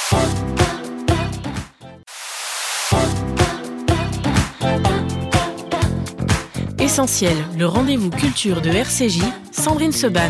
Essentiel, le rendez-vous culture de RCJ, Sandrine Seban.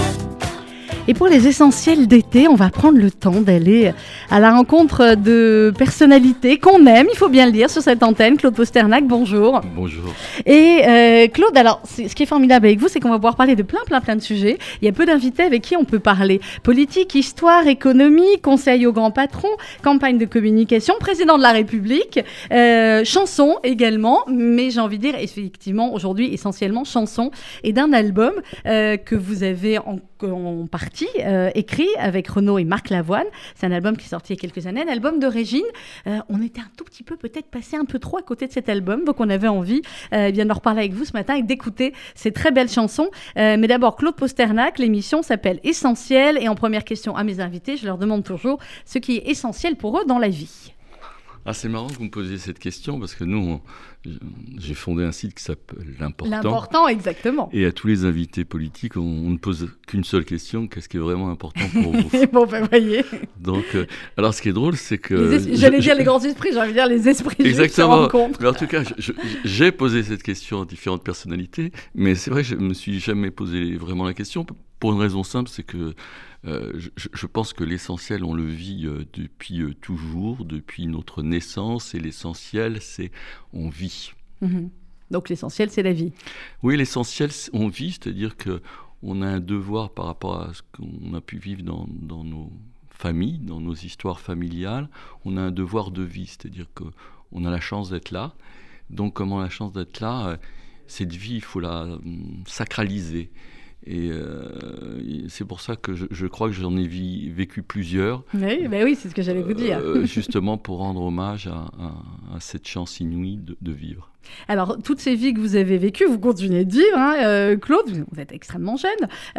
Et pour les essentiels d'été, on va prendre le temps d'aller à la rencontre de personnalités qu'on aime, il faut bien le dire, sur cette antenne. Claude Posternac, bonjour. Bonjour. Et Claude, alors, ce qui est formidable avec vous, c'est qu'on va pouvoir parler de plein de sujets. Il y a peu d'invités avec qui on peut parler politique, histoire, économie, conseil aux grands patrons, campagne de communication, président de la République, chansons également. Mais j'ai envie de dire, effectivement, aujourd'hui, essentiellement chansons et d'un album que vous avez en partie écrit avec Renaud et Marc Lavoine. C'est un album qui est sorti il y a quelques années, un album de Régine. On était un tout petit peu peut-être passé un peu trop à côté de cet album, donc on avait envie bien de reparler avec vous ce matin et d'écouter ces très belles chansons. Mais d'abord, Claude Posternac, l'émission s'appelle Essentiel, et en première question à mes invités, je leur demande toujours ce qui est essentiel pour eux dans la vie. Ah, c'est marrant que vous me posiez cette question, parce que nous, j'ai fondé un site qui s'appelle L'Important. L'Important, exactement. Et à tous les invités politiques, on ne pose qu'une seule question: qu'est-ce qui est vraiment important pour vous? Bon, ben voyez. Donc, alors ce qui est drôle, c'est que... J'allais dire les grands esprits, j'ai envie de dire les esprits se rencontrent. Mais en tout cas, j'ai posé cette question à différentes personnalités, mais c'est vrai que je ne me suis jamais posé vraiment la question, pour une raison simple, c'est que je pense que l'essentiel, on le vit depuis toujours, depuis notre naissance, et l'essentiel, c'est on vit. Mmh. Donc l'essentiel, c'est la vie. Oui, l'essentiel, on vit, c'est-à-dire qu'on a un devoir par rapport à ce qu'on a pu vivre dans nos familles, dans nos histoires familiales. On a un devoir de vie, c'est-à-dire qu'on a la chance d'être là. Donc, comme on a la chance d'être là, cette vie, il faut la sacraliser. Et c'est pour ça que je crois que j'en ai vécu plusieurs. Oui, c'est ce que j'allais vous dire. Justement pour rendre hommage à cette chance inouïe de vivre. Alors, toutes ces vies que vous avez vécues, vous continuez de vivre, Claude, vous êtes extrêmement jeune.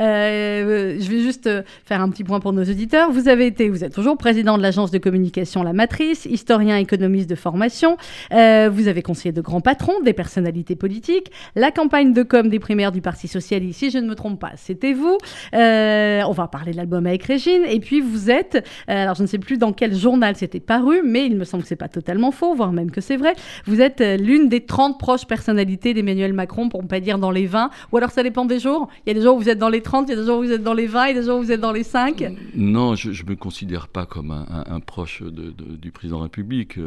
Je vais juste faire un petit point pour nos auditeurs. Vous êtes toujours président de l'agence de communication La Matrice, historien économiste de formation. Vous avez conseillé de grands patrons, des personnalités politiques. La campagne de com des primaires du Parti socialiste, si je ne me trompe pas, c'était vous. On va parler de l'album avec Régine. Et puis, vous êtes, alors je ne sais plus dans quel journal c'était paru, mais il me semble que ce n'est pas totalement faux, voire même que c'est vrai. Vous êtes l'une des 30 proches personnalités d'Emmanuel Macron, pour ne pas dire dans les 20, ou alors ça dépend des jours. Il y a des jours où vous êtes dans les 30, il y a des jours où vous êtes dans les 20, il y a des jours où vous êtes dans les 5. Non, je ne me considère pas comme un proche du président de la République.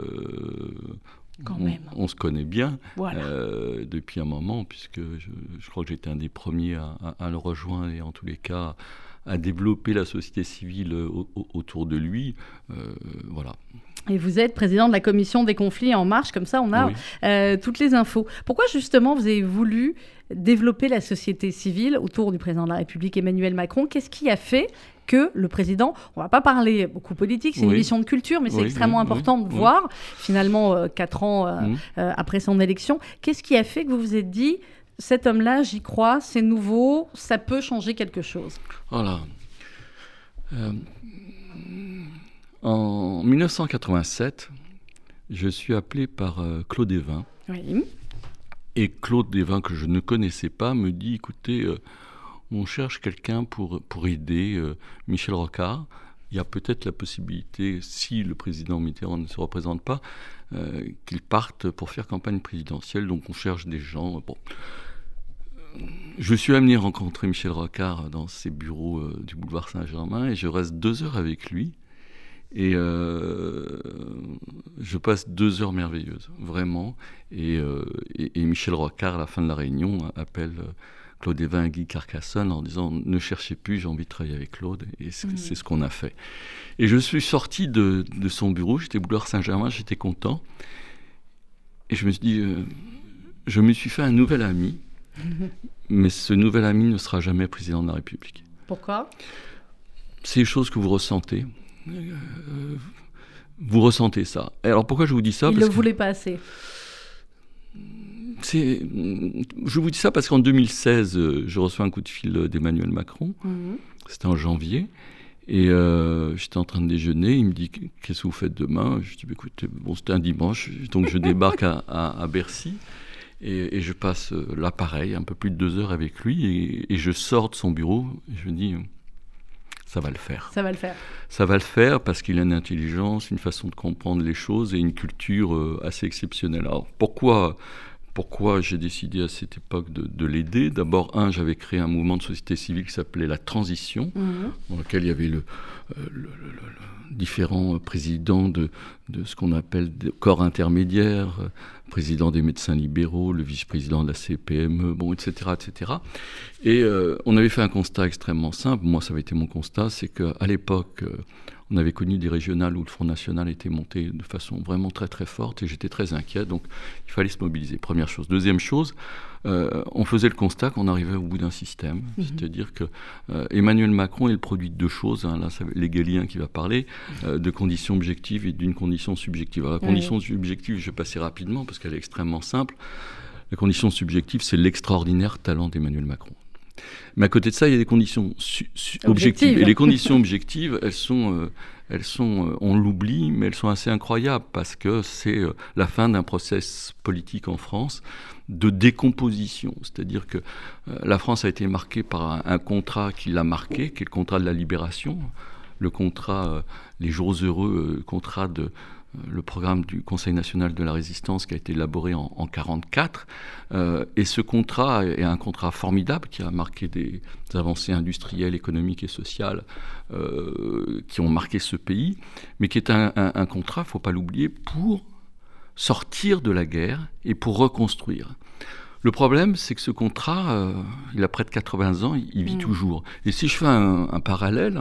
Quand même. On se connaît bien, voilà. Depuis un moment, puisque je crois que j'étais un des premiers à le rejoindre, et en tous les cas à développer la société civile autour de lui. Voilà. Et vous êtes président de la commission des conflits En Marche, comme ça on a toutes les infos. Pourquoi justement vous avez voulu développer la société civile autour du président de la République Emmanuel Macron? Qu'est-ce qui a fait que le président, on ne va pas parler beaucoup politique, c'est une émission de culture, mais c'est extrêmement important de voir, finalement 4 ans après son élection, qu'est-ce qui a fait que vous vous êtes dit, cet homme-là, j'y crois, c'est nouveau, ça peut changer quelque chose? Voilà. En 1987, je suis appelé par Claude Évin. Oui. Et Claude Évin, que je ne connaissais pas, me dit: écoutez, on cherche quelqu'un pour aider Michel Rocard. Il y a peut-être la possibilité, si le président Mitterrand ne se représente pas, qu'il parte pour faire campagne présidentielle. Donc on cherche des gens. Bon. Je suis amené rencontrer Michel Rocard dans ses bureaux du boulevard Saint-Germain, et je reste 2 heures avec lui. Et je passe 2 heures merveilleuses, vraiment. Et Michel Rocard, à la fin de la réunion, appelle Claude Évin et Guy Carcassonne en disant: ne cherchez plus, j'ai envie de travailler avec Claude. Et c'est ce qu'on a fait. Et je suis sorti de son bureau, j'étais boulevard Saint-Germain, j'étais content. Et je me suis dit, je me suis fait un nouvel ami, mais ce nouvel ami ne sera jamais président de la République. Pourquoi? C'est les choses que vous ressentez. Vous ressentez ça. Et alors pourquoi je vous dis ça? Il ne le voulait pas assez. Je vous dis ça parce qu'en 2016, je reçois un coup de fil d'Emmanuel Macron. C'était en janvier. Et j'étais en train de déjeuner. Il me dit: qu'est-ce que vous faites demain? Je dis: écoutez, c'était un dimanche, donc je débarque à Bercy. Et je passe là pareil, un peu plus de 2 heures avec lui. Et je sors de son bureau. Et je me dis: ça va le faire. Ça va le faire. Ça va le faire parce qu'il a une intelligence, une façon de comprendre les choses et une culture assez exceptionnelle. Alors pourquoi j'ai décidé à cette époque de l'aider? D'abord, j'avais créé un mouvement de société civile qui s'appelait La Transition, dans lequel il y avait différents présidents de ce qu'on appelle des corps intermédiaires, président des médecins libéraux, le vice-président de la CPME, etc., etc. Et on avait fait un constat extrêmement simple. Moi, ça avait été mon constat, c'est qu'à l'époque, on avait connu des régionales où le Front National était monté de façon vraiment très très forte et j'étais très inquiet, donc il fallait se mobiliser, première chose. Deuxième chose, on faisait le constat qu'on arrivait au bout d'un système, c'est-à-dire que Emmanuel Macron est le produit de deux choses, là c'est l'Hegelien qui va parler, de conditions objectives et d'une condition subjective. Alors, la condition subjective, je vais passer rapidement parce qu'elle est extrêmement simple. La condition subjective, c'est l'extraordinaire talent d'Emmanuel Macron. Mais à côté de ça, il y a des conditions objectives. Et les conditions objectives, elles sont, on l'oublie, mais elles sont assez incroyables parce que c'est la fin d'un process politique en France de décomposition. C'est-à-dire que la France a été marquée par un contrat qui l'a marqué, qui est le contrat de la libération, le contrat, les jours heureux, contrat de... le programme du Conseil national de la résistance qui a été élaboré en 1944. Et ce contrat est un contrat formidable qui a marqué des avancées industrielles, économiques et sociales qui ont marqué ce pays, mais qui est un contrat, il ne faut pas l'oublier, pour sortir de la guerre et pour reconstruire. Le problème, c'est que ce contrat, il a près de 80 ans, il vit toujours. Et si je fais un parallèle,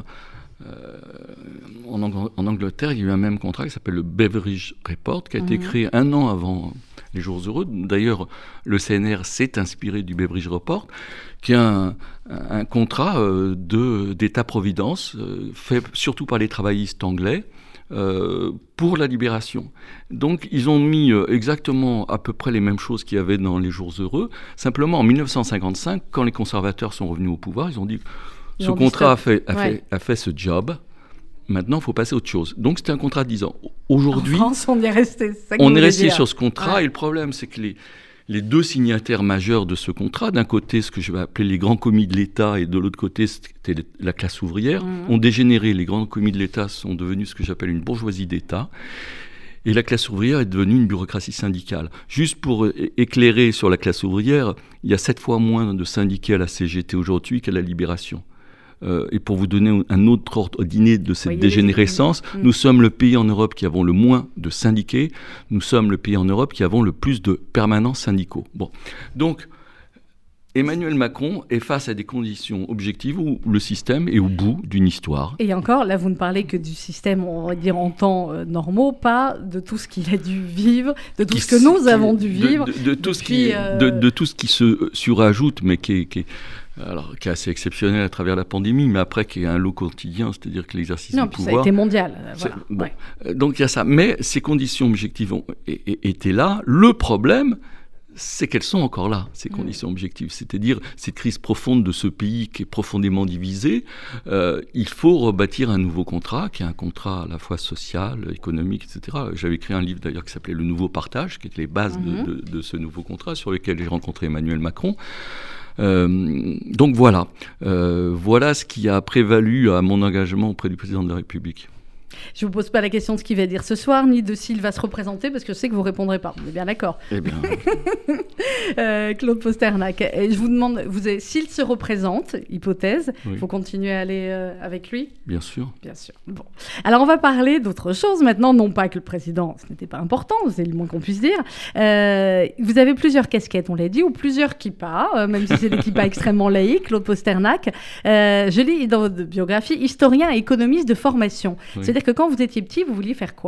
en Angleterre, il y a eu un même contrat qui s'appelle le Beveridge Report, qui a été créé 1 an avant les Jours Heureux. D'ailleurs, le CNR s'est inspiré du Beveridge Report, qui est un contrat d'État-providence, fait surtout par les travaillistes anglais, pour la libération. Donc, ils ont mis exactement à peu près les mêmes choses qu'il y avait dans les Jours Heureux. Simplement, en 1955, quand les conservateurs sont revenus au pouvoir, ils ont dit... Ce contrat a fait ce job. Maintenant, il faut passer à autre chose. Donc, c'était un contrat de 10 ans. Aujourd'hui, en France, on y est resté. On est resté sur ce contrat. Et le problème, c'est que les deux signataires majeurs de ce contrat, d'un côté, ce que je vais appeler les grands commis de l'État, et de l'autre côté, c'était la classe ouvrière, ont dégénéré. Les grands commis de l'État sont devenus ce que j'appelle une bourgeoisie d'État. Et la classe ouvrière est devenue une bureaucratie syndicale. Juste pour éclairer sur la classe ouvrière, il y a 7 fois moins de syndiqués à la CGT aujourd'hui qu'à la Libération. Et pour vous donner un autre ordre d'idée de cette dégénérescence, nous sommes le pays en Europe qui avons le moins de syndiqués, nous sommes le pays en Europe qui avons le plus de permanents syndicaux. Bon. Donc, Emmanuel Macron est face à des conditions objectives où le système est au bout d'une histoire. Et encore, là, vous ne parlez que du système, on va dire, en temps normaux, pas de tout ce qu'il a dû vivre, de tout ce que nous avons dû vivre. De tout ce qui se surajoute, mais qui est assez exceptionnel à travers la pandémie, mais après qui est un lot quotidien, c'est-à-dire que l'exercice du pouvoir... ça a été mondial. Voilà. Bon. Donc il y a ça. Mais ces conditions objectives étaient là. Le problème, c'est qu'elles sont encore là, ces conditions objectives. C'est-à-dire cette crise profonde de ce pays qui est profondément divisé. Il faut rebâtir un nouveau contrat, qui est un contrat à la fois social, économique, etc. J'avais écrit un livre d'ailleurs qui s'appelait Le Nouveau Partage, qui est les bases de ce nouveau contrat, sur lequel j'ai rencontré Emmanuel Macron. Donc voilà ce qui a prévalu à mon engagement auprès du président de la République. Je ne vous pose pas la question de ce qu'il va dire ce soir, ni de s'il va se représenter, parce que je sais que vous ne répondrez pas. On est bien d'accord. Eh bien... Claude Posternac, je vous demande, s'il se représente, hypothèse, il faut continuer à aller avec lui ? Bien sûr. Bien sûr. Bon. Alors, on va parler d'autre chose maintenant, non pas que le président, ce n'était pas important, c'est le moins qu'on puisse dire. Vous avez plusieurs casquettes, on l'a dit, ou plusieurs kippas, même si c'est des kippas extrêmement laïques, Claude Posternac. Je lis dans votre biographie, historien et économiste de formation. Oui. C'est-à-dire que quand vous étiez petit, vous vouliez faire quoi ?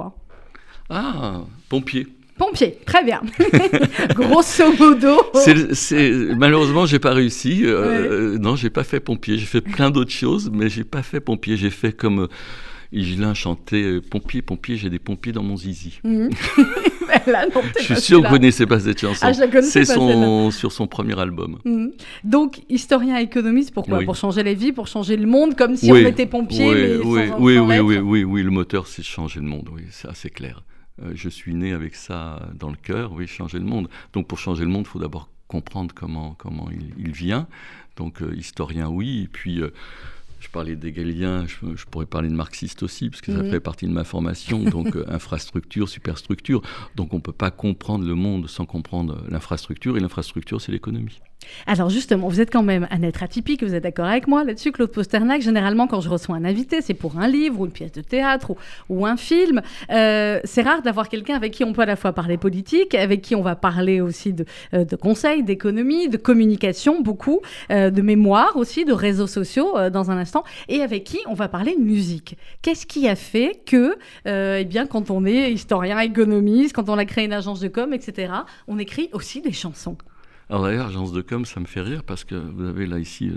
Pompier. Pompier, très bien. Grosso modo. Malheureusement, j'ai pas réussi. Non, j'ai pas fait pompier. J'ai fait plein d'autres choses, mais j'ai pas fait pompier. J'ai fait comme Higelin chantait pompier, pompier. J'ai des pompiers dans mon zizi. Là, non, je suis sûr que vous ne connaissez pas cette chanson. Je la connaissais pas, sur son premier album. Donc, historien économie, pourquoi ? Pour changer la vie, pour changer le monde, comme si on était pompier, mais sans oui, le moteur, c'est changer le monde. Oui, c'est assez clair. Je suis né avec ça dans le cœur, oui, changer le monde. Donc pour changer le monde, il faut d'abord comprendre comment il vient. Donc historien, oui, et puis Je parlais d'hégélien, je pourrais parler de marxiste aussi, parce que ça fait partie de ma formation, donc infrastructure, superstructure. Donc on ne peut pas comprendre le monde sans comprendre l'infrastructure, et l'infrastructure, c'est l'économie. Alors justement, vous êtes quand même un être atypique, vous êtes d'accord avec moi là-dessus, Claude Pasternak. Généralement, quand je reçois un invité, c'est pour un livre ou une pièce de théâtre ou un film. C'est rare d'avoir quelqu'un avec qui on peut à la fois parler politique, avec qui on va parler aussi de conseils, d'économie, de communication, beaucoup, de mémoire aussi, de réseaux sociaux dans un instant, et avec qui on va parler de musique. Qu'est-ce qui a fait que, quand on est historien, économiste, quand on a créé une agence de com, etc., on écrit aussi des chansons? Alors d'ailleurs, agence de com, ça me fait rire parce que vous avez là ici,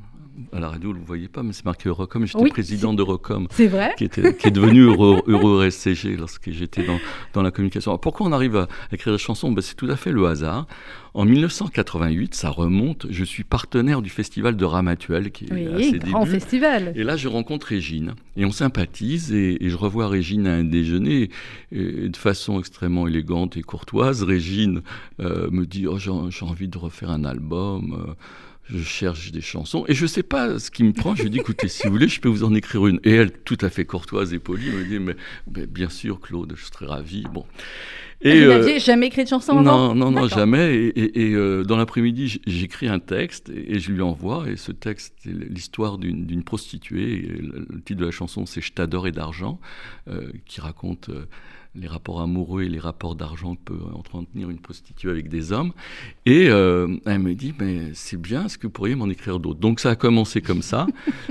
à la radio, vous ne le voyez pas, mais c'est marqué Eurocom. J'étais président d'Eurocom. C'est vrai. Qui est devenu Euro-RSCG lorsque j'étais dans la communication. Alors pourquoi on arrive à écrire des chansons? C'est tout à fait le hasard. En 1988, ça remonte, je suis partenaire du festival de Ramatuelle, qui est à ses grand débuts. Festival. Et là, je rencontre Régine, et on sympathise, et je revois Régine à un déjeuner, et de façon extrêmement élégante et courtoise, Régine me dit « j'ai envie de refaire un album ». Je cherche des chansons et je ne sais pas ce qui me prend. Je lui dis, écoutez, si vous voulez, je peux vous en écrire une. Et elle, tout à fait courtoise et polie, me dit, mais bien sûr, Claude, je serais ravi. Bon. Et vous n'aviez jamais écrit de chanson avant? Non, jamais. Et dans l'après-midi, j'écris un texte et je lui envoie. Et ce texte, c'est l'histoire d'une prostituée. Et le titre de la chanson, c'est « Je t'adore et d'argent », qui raconte les rapports amoureux et les rapports d'argent que peut entretenir une prostituée avec des hommes. Et elle me dit, mais c'est bien, est-ce que vous pourriez m'en écrire d'autres? Donc ça a commencé comme ça.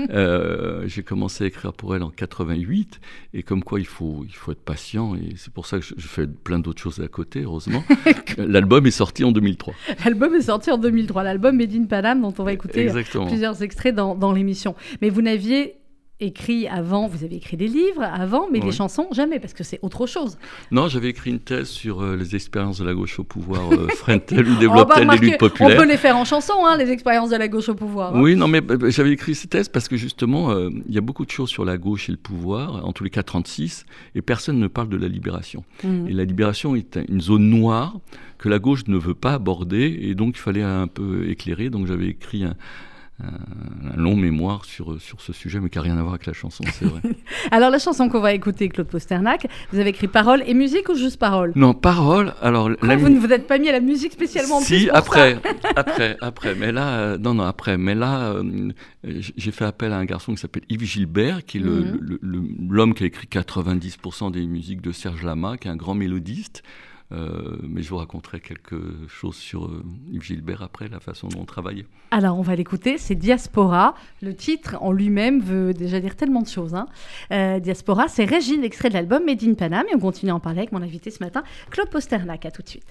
J'ai commencé à écrire pour elle en 88. Et comme quoi, il faut être patient. Et c'est pour ça que je fais plein d'autres choses à côté, heureusement. L'album est sorti en 2003. L'album est sorti en 2003. L'album Made in Paname, dont on va écouter plusieurs extraits dans l'émission. Mais vous n'aviez écrit avant, vous avez écrit des livres avant, mais les chansons, jamais, parce que c'est autre chose. Non, j'avais écrit une thèse sur les expériences de la gauche au pouvoir. Freine-t-elle ou développe-t-elle les luttes populaires? On peut les faire en chanson, les expériences de la gauche au pouvoir. Oui, non, mais j'avais écrit ces thèses parce que justement, il y a beaucoup de choses sur la gauche et le pouvoir, en tous les cas 36, et personne ne parle de la libération. Et la libération est une zone noire que la gauche ne veut pas aborder, et donc il fallait un peu éclairer. Donc j'avais écrit un long mémoire sur ce sujet, mais qui n'a rien à voir avec la chanson, c'est vrai. Alors, la chanson qu'on va écouter, Claude Pasternak, vous avez écrit paroles et musique ou juste paroles? Non, paroles. Alors, vous ne vous êtes pas mis à la musique spécialement en plus pour après. Mais là, après. Mais là, j'ai fait appel à un garçon qui s'appelle Yves Gilbert, qui est l'homme qui a écrit 90% des musiques de Serge Lama, qui est un grand mélodiste. Mais je vous raconterai quelque chose sur Yves Gilbert après, la façon dont on travaillait. Alors, on va l'écouter, c'est Diaspora. Le titre en lui-même veut déjà dire tellement de choses. Diaspora, c'est Régine, extrait de l'album Made in Paname. Et on continue à en parler avec mon invité ce matin, Claude Pasternak. À tout de suite.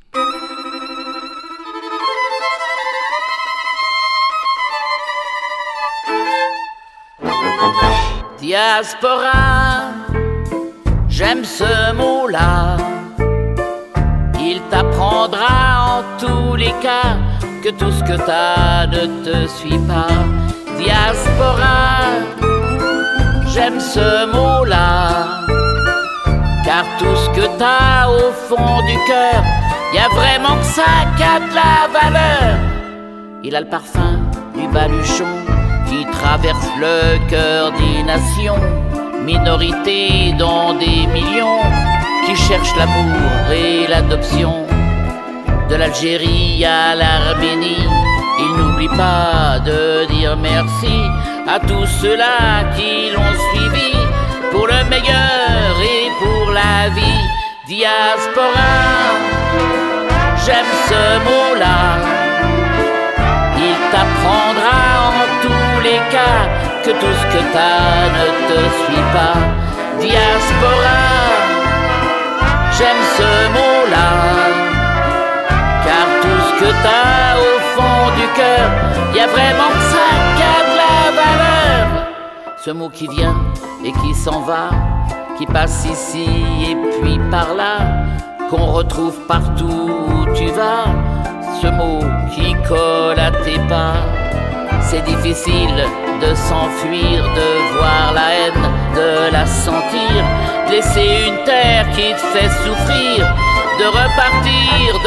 Diaspora, j'aime ce mot-là. Il t'apprendra en tous les cas que tout ce que t'as ne te suit pas. Diaspora, j'aime ce mot-là, car tout ce que t'as au fond du cœur, y a vraiment que ça qui a de la valeur. Il a le parfum du baluchon qui traverse le cœur des nations, minorité dans des millions qui cherchent l'amour et l'adoption. De l'Algérie à l'Arménie, il n'oublie pas de dire merci à tous ceux-là qui l'ont suivi pour le meilleur et pour la vie. Diaspora, j'aime ce mot-là. Il t'apprendra en tous les cas que tout ce que t'as ne te suit pas. Diaspora, j'aime ce mot-là, car tout ce que t'as au fond du cœur, y a vraiment que ça qui a de la valeur. Ce mot qui vient et qui s'en va, qui passe ici et puis par là, qu'on retrouve partout où tu vas. Ce mot qui colle à tes pas. C'est difficile de s'enfuir, de voir la haine, de la sentir, de laisser une terre qui te fait souffrir, de repartir,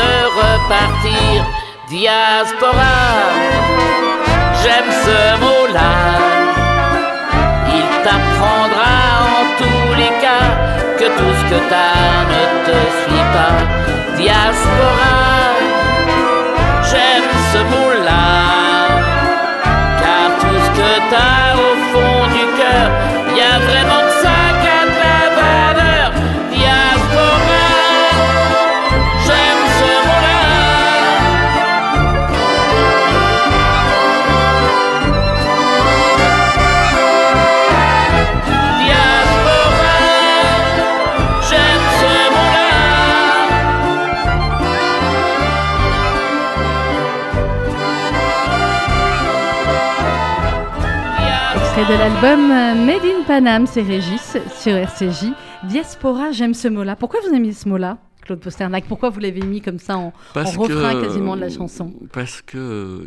Diaspora, j'aime ce mot-là. t'apprendra en tous les cas que tout ce que t'as ne te suit pas. Diaspora, j'aime ce mot-là, car tout ce que t'as au fond du cœur, y a vraiment que ça qui a de la valeur. Diaspora, j'aime ce mot-là. Diaspora, j'aime ce mot-là. Extrait de l'album Made in Paname, c'est Régis sur RCJ. Diaspora, j'aime ce mot-là. Pourquoi vous avez mis ce mot-là, Claude Posternac? Pourquoi vous l'avez mis comme ça en refrain quasiment de la chanson? Parce que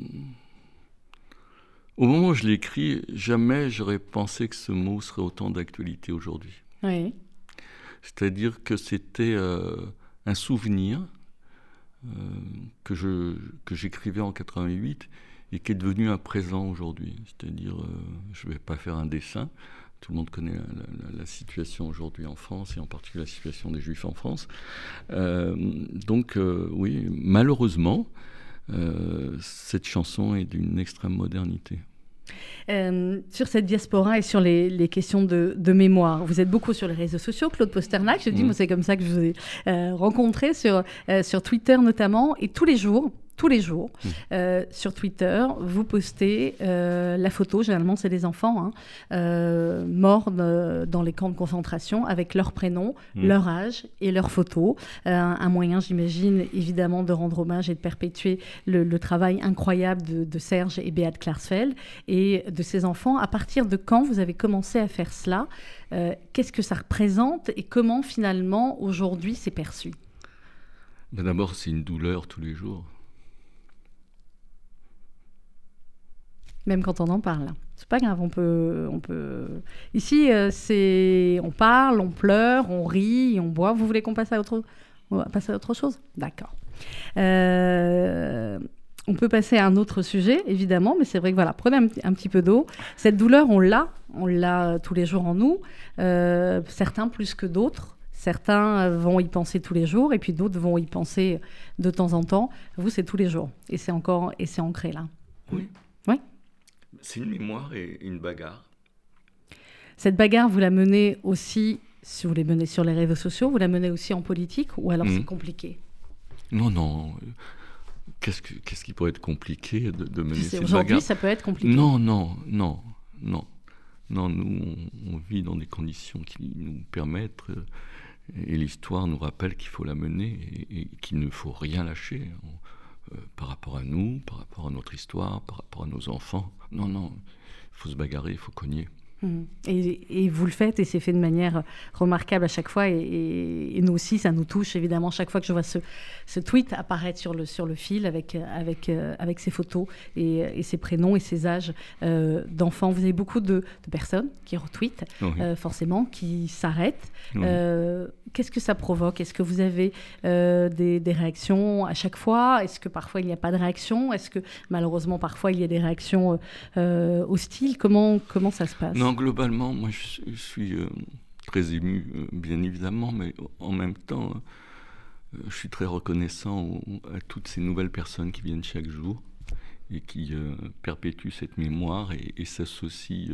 au moment où je l'ai écrit, jamais j'aurais pensé que ce mot serait autant d'actualité aujourd'hui. Oui. C'est-à-dire que c'était un souvenir que j'écrivais en 88 et qui est devenu un présent aujourd'hui. C'est-à-dire, je ne vais pas faire un dessin. Tout le monde connaît la situation aujourd'hui en France, et en particulier la situation des Juifs en France. Donc, oui, malheureusement, cette chanson est d'une extrême modernité. Sur cette diaspora et sur les questions de mémoire, vous êtes beaucoup sur les réseaux sociaux, Claude Posternac. Je dis, moi, c'est comme ça que je vous ai rencontré sur Twitter notamment, et tous les jours, sur Twitter, vous postez la photo, généralement c'est des enfants morts dans les camps de concentration avec leur prénom, leur âge et leur photo. Un moyen, j'imagine, évidemment, de rendre hommage et de perpétuer le travail incroyable de Serge et Beat Klarsfeld et de ces enfants. À partir de quand vous avez commencé à faire cela? Qu'est-ce que ça représente et comment finalement aujourd'hui c'est perçu? D'abord, c'est une douleur tous les jours. Même quand on en parle. C'est pas grave, on peut... Ici, on parle, on pleure, on rit, on boit. Vous voulez qu'on passe à autre chose? D'accord. On peut passer à un autre sujet, évidemment, mais c'est vrai que voilà, prenez un petit peu d'eau. Cette douleur, on l'a tous les jours en nous, certains plus que d'autres. Certains vont y penser tous les jours, et puis d'autres vont y penser de temps en temps. Vous, c'est tous les jours, et c'est ancré là. Oui. Oui. C'est une mémoire et une bagarre. Cette bagarre, vous la menez aussi, si vous la menez sur les réseaux sociaux, vous la menez aussi en politique, ou alors c'est compliqué? Non. Qu'est-ce qui pourrait être compliqué de mener cette bagarre? Aujourd'hui, ça peut être compliqué. Non. Nous, on vit dans des conditions qui nous permettent, et l'histoire nous rappelle qu'il faut la mener et qu'il ne faut rien lâcher. Par rapport à nous, par rapport à notre histoire, par rapport à nos enfants. Non, il faut se bagarrer, il faut cogner. Et vous le faites, et c'est fait de manière remarquable à chaque fois, et nous aussi, ça nous touche évidemment chaque fois que je vois ce tweet apparaître sur le fil avec ces photos et ces prénoms et ces âges d'enfants. Vous avez beaucoup de personnes qui retweetent, forcément, qui s'arrêtent. Qu'est-ce que ça provoque? Est-ce que vous avez des réactions à chaque fois? Est-ce que parfois il n'y a pas de réaction? Est-ce que malheureusement parfois il y a des réactions hostiles? Comment ça se passe? Non, globalement, moi je suis très ému, bien évidemment, mais en même temps, je suis très reconnaissant à toutes ces nouvelles personnes qui viennent chaque jour et qui perpétuent cette mémoire et s'associent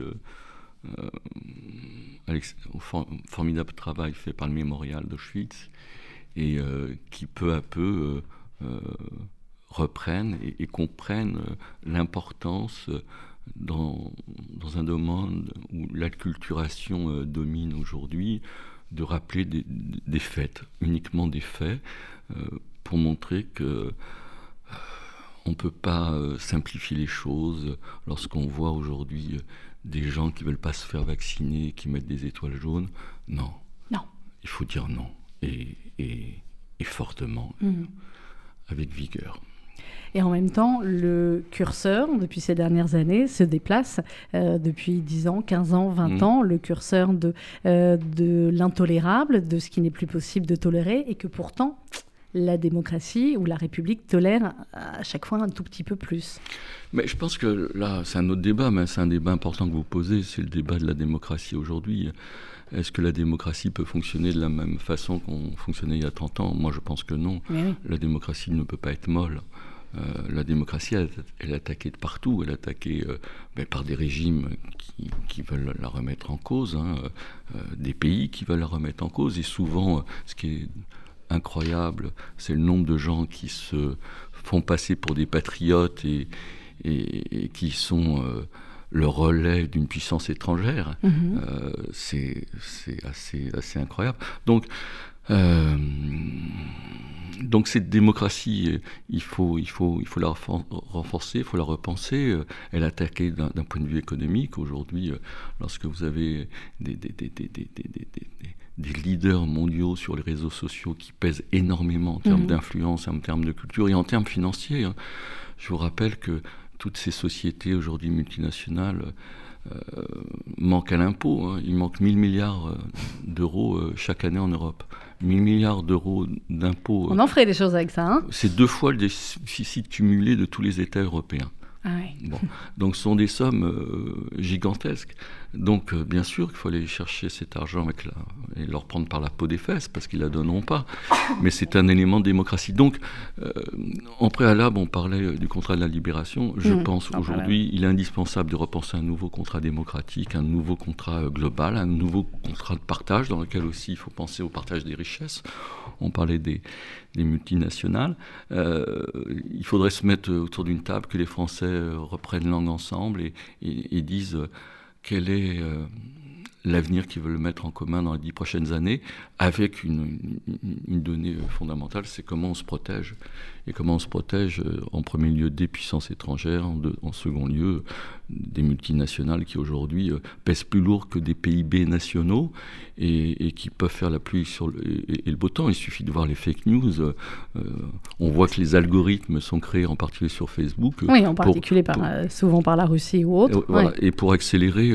au formidable travail fait par le mémorial d'Auschwitz et qui peu à peu reprennent et comprennent l'importance dans un domaine où l'acculturation domine aujourd'hui, de rappeler des faits, uniquement des faits, pour montrer que on ne peut pas simplifier les choses lorsqu'on voit aujourd'hui des gens qui ne veulent pas se faire vacciner, qui mettent des étoiles jaunes. Non. Il faut dire non, et fortement, avec vigueur. Et en même temps, le curseur, depuis ces dernières années, se déplace depuis 10 ans, 15 ans, 20 ans, le curseur de l'intolérable, de ce qui n'est plus possible de tolérer, et que pourtant, la démocratie ou la République tolère à chaque fois un tout petit peu plus. Mais je pense que là, c'est un autre débat, mais c'est un débat important que vous posez, c'est le débat de la démocratie aujourd'hui. Est-ce que la démocratie peut fonctionner de la même façon qu'on fonctionnait il y a 30 ans ? Moi, je pense que non. Oui. La démocratie ne peut pas être molle. La démocratie, elle est attaquée de partout. Elle est attaquée par des régimes qui veulent la remettre en cause, des pays qui veulent la remettre en cause. Et souvent, ce qui est incroyable, c'est le nombre de gens qui se font passer pour des patriotes et qui sont le relais d'une puissance étrangère. C'est assez incroyable. Donc cette démocratie, il faut la renforcer, il faut la repenser. Elle est attaquée d'un point de vue économique. Aujourd'hui, lorsque vous avez des leaders mondiaux sur les réseaux sociaux qui pèsent énormément en termes d'influence, en termes de culture et en termes financiers, je vous rappelle que toutes ces sociétés aujourd'hui multinationales manquent à l'impôt. Il manque 1000 milliards d'euros chaque année en Europe. 1000 milliards d'euros d'impôts. On en ferait des choses avec ça, hein ? C'est 2 fois le déficit cumulé de tous les États européens. Ah oui. Bon. Donc ce sont des sommes gigantesques. Donc bien sûr qu'il faut aller chercher cet argent et leur prendre par la peau des fesses parce qu'ils ne la donneront pas. Mais c'est un élément de démocratie. Donc en préalable, on parlait du contrat de la libération. Je pense aujourd'hui il est indispensable de repenser un nouveau contrat démocratique, un nouveau contrat global, un nouveau contrat de partage dans lequel aussi il faut penser au partage des richesses. On parlait des multinationales. Il faudrait se mettre autour d'une table, que les Français reprennent langue ensemble et disent quel est l'avenir qu'ils veulent mettre en commun dans les 10 prochaines années, avec une donnée fondamentale, c'est comment on se protège. Et comment on se protège, en premier lieu, des puissances étrangères, en second lieu, des multinationales qui aujourd'hui pèsent plus lourd que des PIB nationaux et qui peuvent faire la pluie et le beau temps. Il suffit de voir les fake news. On voit que les algorithmes sont créés en particulier sur Facebook. Oui, en particulier souvent par la Russie ou autre. Voilà, et pour accélérer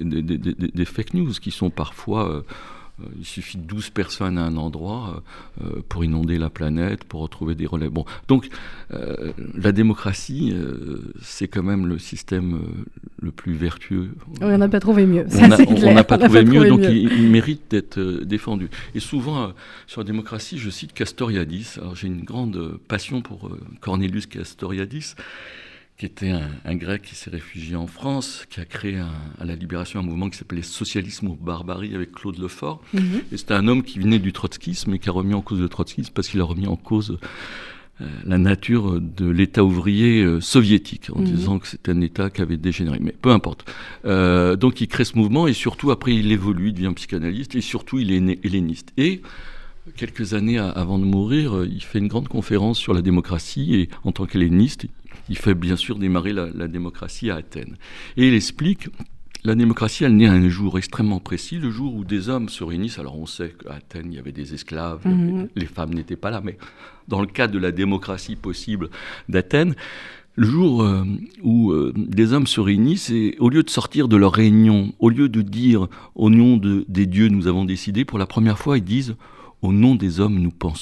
des fake news qui sont parfois... il suffit de 12 personnes à un endroit pour inonder la planète, pour retrouver des relais. Bon, donc la démocratie, c'est quand même le système le plus vertueux. Oui, on n'a pas trouvé mieux. On n'a pas trouvé mieux, donc il mérite d'être défendu. Et souvent, sur la démocratie, je cite Castoriadis. Alors, j'ai une grande passion pour Cornelius Castoriadis, qui était un grec qui s'est réfugié en France, qui a créé à la libération un mouvement qui s'appelait Socialisme ou Barbarie avec Claude Lefort. Et c'était un homme qui venait du trotskisme et qui a remis en cause le trotskisme parce qu'il a remis en cause la nature de l'État ouvrier soviétique, en disant que c'était un État qui avait dégénéré. Mais peu importe. Donc il crée ce mouvement et surtout après il évolue, il devient psychanalyste et surtout il est helléniste. Et quelques années avant de mourir, il fait une grande conférence sur la démocratie et en tant qu'helléniste, il fait bien sûr démarrer la démocratie à Athènes. Et il explique, la démocratie, elle naît à un jour extrêmement précis, le jour où des hommes se réunissent. Alors on sait qu'à Athènes, il y avait des esclaves, les femmes n'étaient pas là, mais dans le cadre de la démocratie possible d'Athènes, le jour où des hommes se réunissent et au lieu de sortir de leur réunion, au lieu de dire « au nom des dieux, nous avons décidé », pour la première fois, ils disent « au nom des hommes, nous pensons ».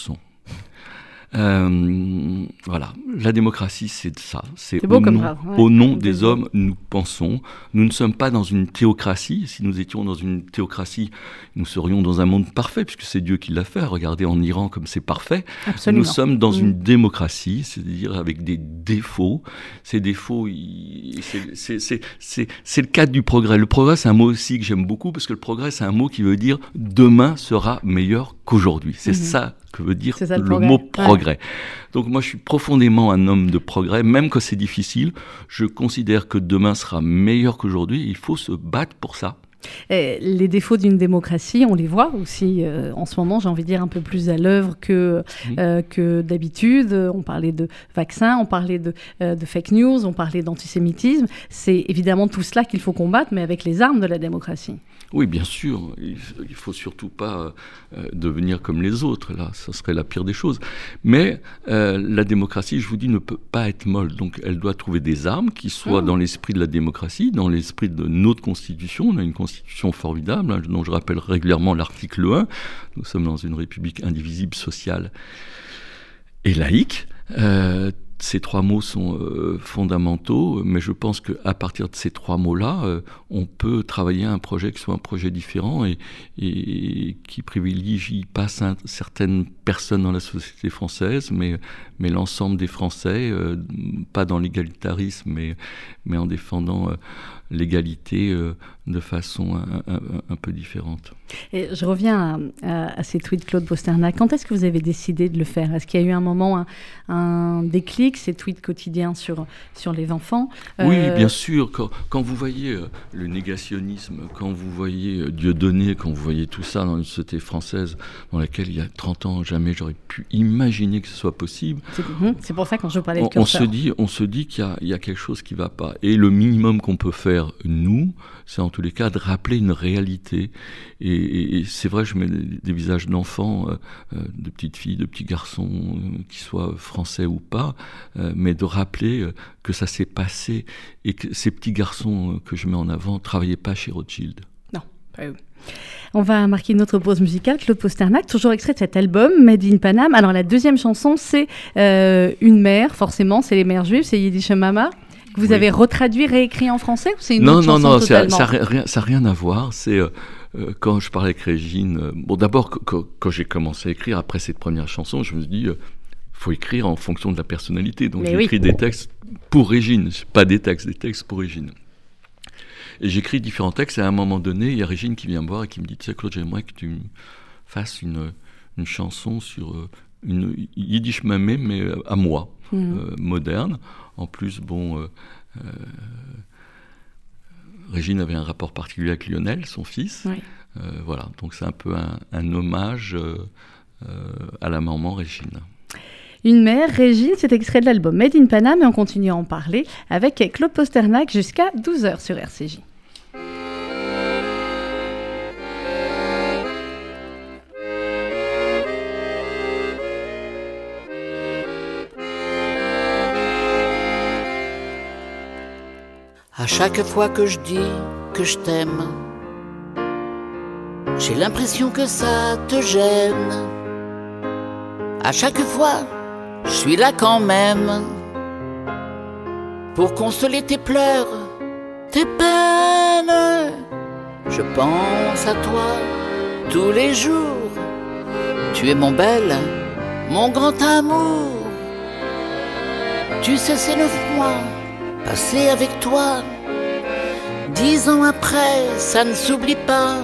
Voilà, la démocratie, c'est ça. C'est au nom des hommes, nous pensons. Nous ne sommes pas dans une théocratie. Si nous étions dans une théocratie, nous serions dans un monde parfait, puisque c'est Dieu qui l'a fait. Regardez en Iran comme c'est parfait. Absolument. Nous sommes dans une démocratie, c'est-à-dire avec des défauts. Ces défauts, c'est le cadre du progrès. Le progrès, c'est un mot aussi que j'aime beaucoup, parce que le progrès, c'est un mot qui veut dire « demain sera meilleur qu'aujourd'hui ». C'est ça que veut dire le mot progrès. Ouais. Donc moi je suis profondément un homme de progrès, même quand c'est difficile. Je considère que demain sera meilleur qu'aujourd'hui. Il faut se battre pour ça. Les défauts d'une démocratie, on les voit aussi en ce moment, j'ai envie de dire un peu plus à l'œuvre que d'habitude. On parlait de vaccins, on parlait de fake news, on parlait d'antisémitisme. C'est évidemment tout cela qu'il faut combattre, mais avec les armes de la démocratie. Oui, bien sûr. Il ne faut surtout pas devenir comme les autres. Là, ça serait la pire des choses. Mais la démocratie, je vous dis, ne peut pas être molle. Donc, elle doit trouver des armes qui soient dans l'esprit de la démocratie, dans l'esprit de notre constitution. On a une constitution formidable, dont je rappelle régulièrement l'article 1. Nous sommes dans une république indivisible, sociale et laïque. Ces 3 mots sont fondamentaux, mais je pense qu'à partir de ces 3 mots-là, on peut travailler un projet qui soit un projet différent et qui privilégie pas certaines personnes dans la société française, mais l'ensemble des Français, pas dans l'égalitarisme, mais en défendant l'égalité de façon un peu différente. Et je reviens à ces tweets de Claude Pasternak. Quand est-ce que vous avez décidé de le faire ? Est-ce qu'il y a eu un moment, un déclic, ces tweets quotidiens sur les enfants ? Oui, bien sûr. Quand vous voyez le négationnisme, quand vous voyez Dieudonné, quand vous voyez tout ça dans une société française dans laquelle il y a 30 ans, jamais j'aurais pu imaginer que ce soit possible. C'est pour ça quand je parlais de on se dit qu'il y a quelque chose qui ne va pas. Et le minimum qu'on peut faire, nous, c'est en tous les cas de rappeler une réalité. Et c'est vrai, je mets des visages d'enfants, de petites filles, de petits garçons, qui soient français ou pas, mais de rappeler que ça s'est passé et que ces petits garçons que je mets en avant ne travaillaient pas chez Rothschild. Non, pas eux. On va marquer notre pause musicale. Claude Pasternak, toujours extrait de cet album Made in Paname. Alors la deuxième chanson, c'est Une mère, forcément, c'est les mères juives, c'est Yiddish Mama. Vous avez retraduit, réécrit en français ou c'est une autre chanson totalement ? Non, ça n'a rien à voir. C'est quand je parlais avec Régine. Bon, d'abord, quand j'ai commencé à écrire, après cette première chanson, je me suis dit, faut écrire en fonction de la personnalité. Donc j'ai écrit des textes pour Régine, pas des textes pour Régine. Et j'écris différents textes, et à un moment donné, il y a Régine qui vient me voir et qui me dit, tu sais Claude, j'aimerais que tu fasses une chanson sur une Yiddish mamé, mais à moi, moderne. En plus, Régine avait un rapport particulier avec Lionel, son fils. Oui. Voilà, donc c'est un peu un hommage à la maman Régine. Une mère, Régine, c'est extrait de l'album Made in Paname et on continue à en parler avec Claude Pasternak jusqu'à 12h sur RCJ. À chaque fois que je dis que je t'aime, j'ai l'impression que ça te gêne. À chaque fois, je suis là quand même pour consoler tes pleurs, tes peines. Je pense à toi tous les jours. Tu es mon bel, mon grand amour. Tu sais, c'est 9 mois passés avec toi. 10 ans après, ça ne s'oublie pas.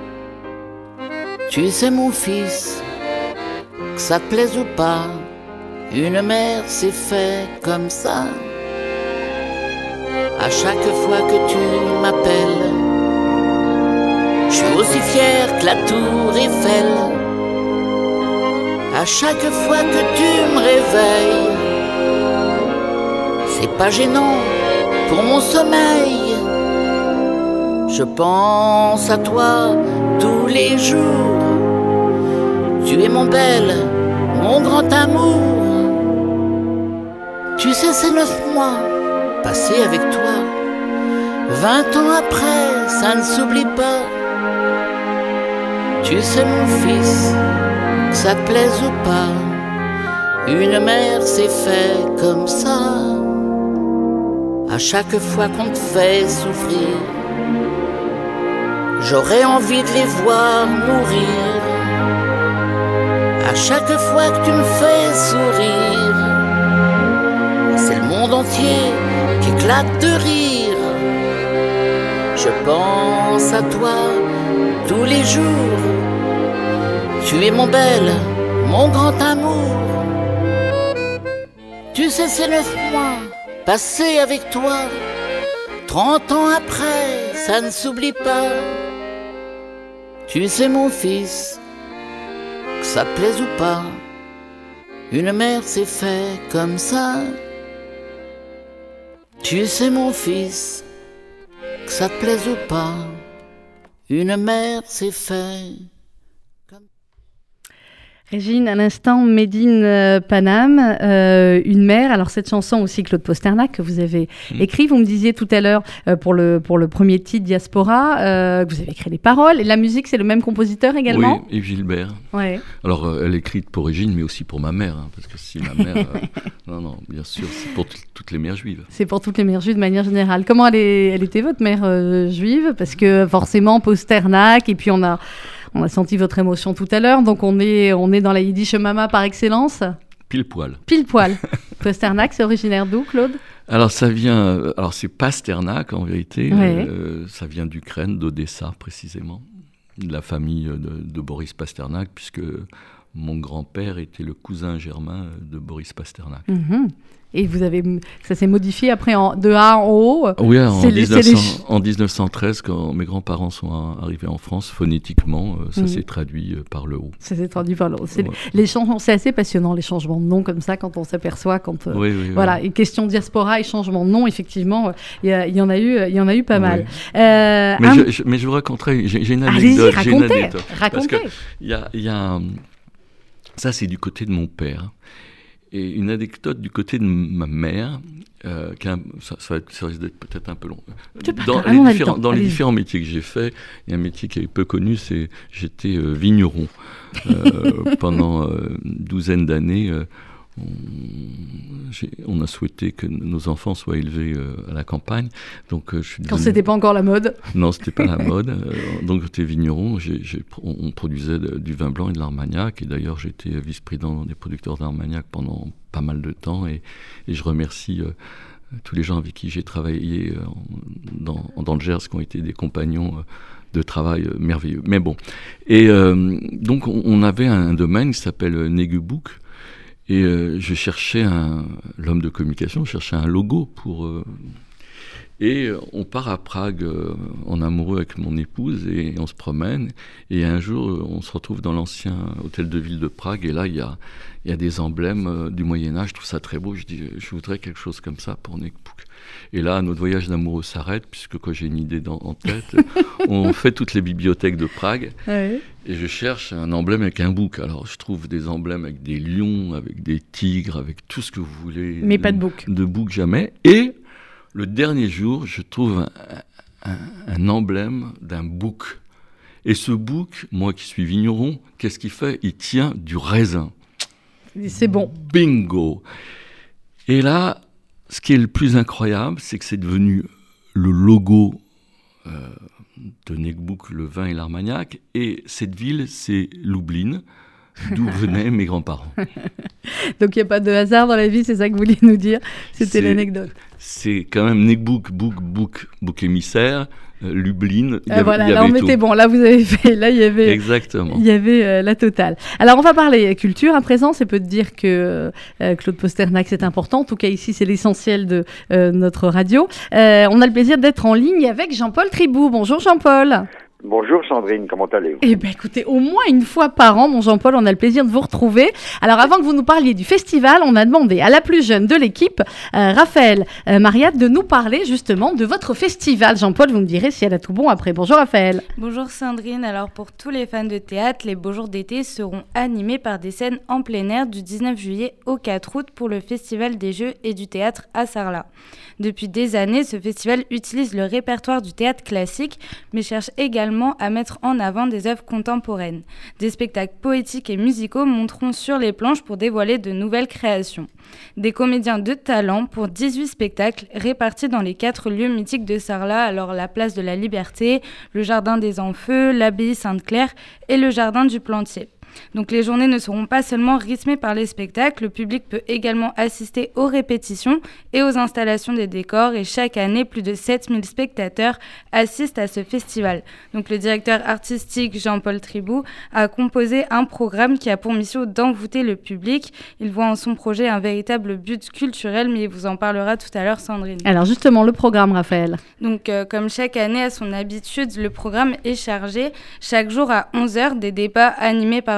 Tu sais, mon fils, que ça te plaise ou pas, une mère c'est fait comme ça. À chaque fois que tu m'appelles, je suis aussi fier que la tour Eiffel. À chaque fois que tu me réveilles, c'est pas gênant pour mon sommeil. Je pense à toi tous les jours. Tu es mon bel, mon grand amour. Tu sais, c'est 9 mois passés avec toi. 20 ans après, ça ne s'oublie pas. Tu sais, mon fils, que ça te plaise ou pas, une mère c'est fait comme ça. À chaque fois qu'on te fait souffrir, j'aurais envie de les voir mourir. À chaque fois que tu me fais sourire, c'est le monde entier qui éclate de rire. Je pense à toi tous les jours. Tu es mon bel, mon grand amour. Tu sais, c'est 9 mois passés avec toi. 30 ans après, ça ne s'oublie pas. Tu sais, mon fils, que ça te plaise ou pas, une mère c'est fait comme ça. Tu sais, mon fils, que ça te plaise ou pas, une mère c'est fait comme... Régine, à l'instant, Made in Paname, une mère. Alors cette chanson aussi, Claude Pasternak, que vous avez écrit. Vous me disiez tout à l'heure, pour le premier titre, Diaspora, que vous avez écrit les paroles. Et la musique, c'est le même compositeur également ? Oui, Yves Gilbert. Ouais. Alors, elle est écrite pour Régine, mais aussi pour ma mère. Parce que si ma mère... non, bien sûr, c'est pour toutes les mères juives. C'est pour toutes les mères juives de manière générale. Comment elle était, votre mère juive ? Parce que forcément, Pasternak, et puis on a senti votre émotion tout à l'heure, donc on est dans la Yiddish Mama par excellence. Pile poil. Pasternak, c'est originaire d'où, Claude ? Alors c'est Pasternak en vérité. Ouais. Ça vient d'Ukraine, d'Odessa précisément, de la famille de Boris Pasternak, puisque mon grand-père était le cousin germain de Boris Pasternak. Mm-hmm. Et ça s'est modifié après de A en haut. Oui, en 1913, quand mes grands-parents sont arrivés en France, phonétiquement, ça s'est traduit par le haut. Ça s'est traduit par le haut. Les changements, c'est assez passionnant, les changements de nom comme ça, quand on s'aperçoit, oui. Voilà, et question diaspora et changement de nom, effectivement, il y en a eu pas mal. Mais je vous raconterai, j'ai une anecdote. Racontez. Parce que il y a ça, c'est du côté de mon père. Et une anecdote du côté de ma mère, ça risque d'être peut-être un peu long. Dans les différents métiers que j'ai faits, il y a un métier qui est peu connu, j'étais vigneron. Pendant une douzaine d'années, on a souhaité que nos enfants soient élevés à la campagne. Donc, quand c'était pas encore la mode. Non, c'était pas la mode. Donc j'étais vigneron. On produisait du vin blanc et de l'Armagnac. Et d'ailleurs, j'étais vice-président des producteurs d'Armagnac pendant pas mal de temps. Et je remercie tous les gens avec qui j'ai travaillé dans le Gers, qui ont été des compagnons de travail merveilleux. Mais bon. Et donc, on avait un domaine qui s'appelle Negubouk. Et je cherchais l'homme de communication, je cherchais un logo pour... Et on part à Prague en amoureux avec mon épouse et on se promène. Et un jour, on se retrouve dans l'ancien hôtel de ville de Prague. Et là, il y a des emblèmes du Moyen-Âge. Je trouve ça très beau. Je dis, je voudrais quelque chose comme ça pour Negubouk. Et là, notre voyage d'amoureux s'arrête, puisque quand j'ai une idée en tête, on fait toutes les bibliothèques de Prague. Ouais. Et je cherche un emblème avec un bouc. Alors, je trouve des emblèmes avec des lions, avec des tigres, avec tout ce que vous voulez. Mais pas de bouc. De bouc, jamais. Et le dernier jour, je trouve un emblème d'un bouc. Et ce bouc, moi qui suis vigneron, qu'est-ce qu'il fait ? Il tient du raisin. C'est bon. Bingo. Et là, ce qui est le plus incroyable, c'est que c'est devenu le logo de Negubouk, le vin et l'Armagnac. Et cette ville, c'est Lublin, d'où venaient mes grands-parents. Donc il n'y a pas de hasard dans la vie, c'est ça que vous vouliez nous dire. C'était l'anecdote. C'est quand même Negubouk, bouc émissaire, Lublin. Là on était bon, là vous avez fait, là il y avait... Exactement. Il y avait la totale. Alors on va parler culture à présent, c'est peu de dire que Claude Pasternak c'est important, en tout cas ici c'est l'essentiel de notre radio. On a le plaisir d'être en ligne avec Jean-Paul Tribou. Bonjour Jean-Paul. Bonjour Sandrine, comment allez-vous ? Eh bien écoutez, au moins une fois par an, mon Jean-Paul, on a le plaisir de vous retrouver. Alors avant que vous nous parliez du festival, on a demandé à la plus jeune de l'équipe, Raphaël Mariat, de nous parler justement de votre festival. Jean-Paul, vous me direz si elle a tout bon après. Bonjour Raphaël. Bonjour Sandrine, alors pour tous les fans de théâtre, les Beaux Jours d'été seront animés par des scènes en plein air du 19 juillet au 4 août pour le Festival des Jeux et du Théâtre à Sarlat. Depuis des années, ce festival utilise le répertoire du théâtre classique, mais cherche également à mettre en avant des œuvres contemporaines. Des spectacles poétiques et musicaux monteront sur les planches pour dévoiler de nouvelles créations. Des comédiens de talent pour 18 spectacles répartis dans les 4 lieux mythiques de Sarlat, alors la place de la Liberté, le jardin des Enfeux, l'abbaye Sainte-Claire et le jardin du Plantier. Donc les journées ne seront pas seulement rythmées par les spectacles, le public peut également assister aux répétitions et aux installations des décors et chaque année, plus de 7000 spectateurs assistent à ce festival. Donc le directeur artistique Jean-Paul Tribou a composé un programme qui a pour mission d'envoûter le public. Il voit en son projet un véritable but culturel, mais il vous en parlera tout à l'heure Sandrine. Alors justement, le programme Raphaël. Donc comme chaque année à son habitude, le programme est chargé. Chaque jour à 11h, des débats animés par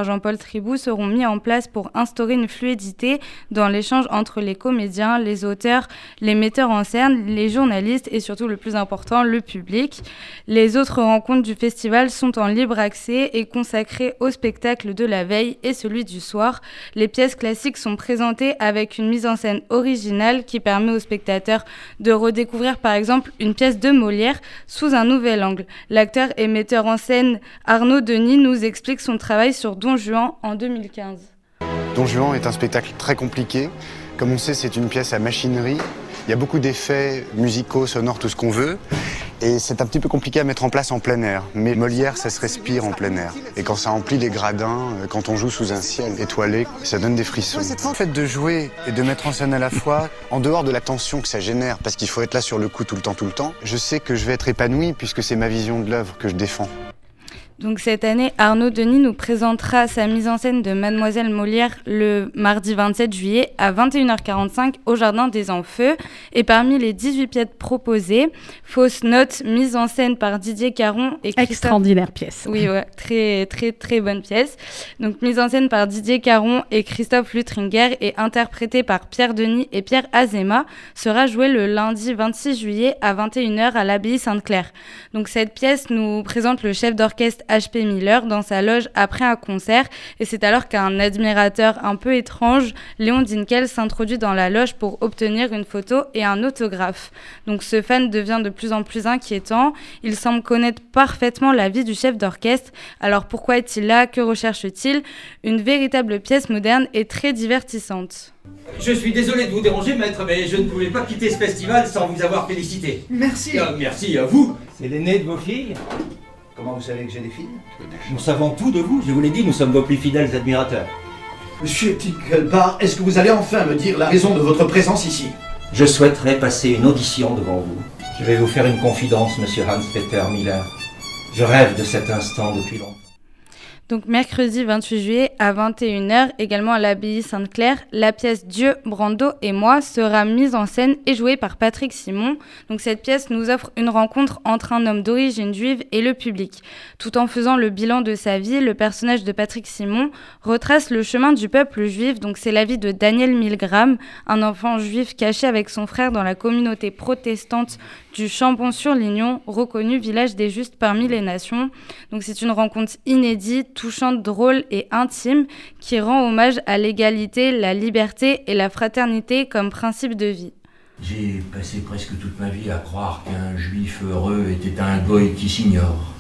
Jean-Paul Tribou seront mis en place pour instaurer une fluidité dans l'échange entre les comédiens, les auteurs, les metteurs en scène, les journalistes et surtout le plus important, le public. Les autres rencontres du festival sont en libre accès et consacrées au spectacle de la veille et celui du soir. Les pièces classiques sont présentées avec une mise en scène originale qui permet aux spectateurs de redécouvrir par exemple une pièce de Molière sous un nouvel angle. L'acteur et metteur en scène Arnaud Denis nous explique son travail sur Don Juan en 2015. Don Juan est un spectacle très compliqué. Comme on sait, c'est une pièce à machinerie. Il y a beaucoup d'effets musicaux, sonores, tout ce qu'on veut. Et c'est un petit peu compliqué à mettre en place en plein air. Mais Molière, ça se respire en plein air. Et quand ça emplit les gradins, quand on joue sous un ciel étoilé, ça donne des frissons. Le fait de jouer et de mettre en scène à la fois, en dehors de la tension que ça génère, parce qu'il faut être là sur le coup tout le temps, je sais que je vais être épanoui puisque c'est ma vision de l'œuvre que je défends. Donc cette année, Arnaud Denis nous présentera sa mise en scène de Mademoiselle Molière le mardi 27 juillet à 21h45 au Jardin des Enfeux. Et parmi les 18 pièces proposées, Fausse Note, mise en scène par Didier Caron et Christophe... Extraordinaire pièce. Oui, ouais, très, très, très bonne pièce. Donc mise en scène par Didier Caron et Christophe Lutringer et interprétée par Pierre Denis et Pierre Azéma, sera jouée le lundi 26 juillet à 21h à l'Abbaye Sainte-Claire. Donc cette pièce nous présente le chef d'orchestre H.P. Miller dans sa loge après un concert et c'est alors qu'un admirateur un peu étrange, Léon Dinkel, s'introduit dans la loge pour obtenir une photo et un autographe. Donc ce fan devient de plus en plus inquiétant, il semble connaître parfaitement la vie du chef d'orchestre. Alors pourquoi est-il là? Que recherche-t-il? Une véritable pièce moderne et très divertissante. Je suis désolé de vous déranger, maître, mais je ne pouvais pas quitter ce festival sans vous avoir félicité. Merci. Merci à vous. C'est l'aîné de vos filles? Comment vous savez que j'ai des filles? Nous savons tout de vous, je vous l'ai dit, nous sommes vos plus fidèles admirateurs. Monsieur Tinkelbach, est-ce que vous allez enfin me dire la raison de votre présence ici? Je souhaiterais passer une audition devant vous. Je vais vous faire une confidence, monsieur Hans-Peter Miller. Je rêve de cet instant depuis longtemps. Donc mercredi 28 juillet à 21h, également à l'Abbaye Sainte-Claire, la pièce Dieu, Brando et moi sera mise en scène et jouée par Patrick Simon. Donc cette pièce nous offre une rencontre entre un homme d'origine juive et le public. Tout en faisant le bilan de sa vie, le personnage de Patrick Simon retrace le chemin du peuple juif. Donc c'est la vie de Daniel Milgram, un enfant juif caché avec son frère dans la communauté protestante du Chambon-sur-Lignon, reconnu village des justes parmi les nations. Donc c'est une rencontre inédite, touchante, drôle et intime qui rend hommage à l'égalité, la liberté et la fraternité comme principe de vie. J'ai passé presque toute ma vie à croire qu'un juif heureux était un goy qui s'ignore.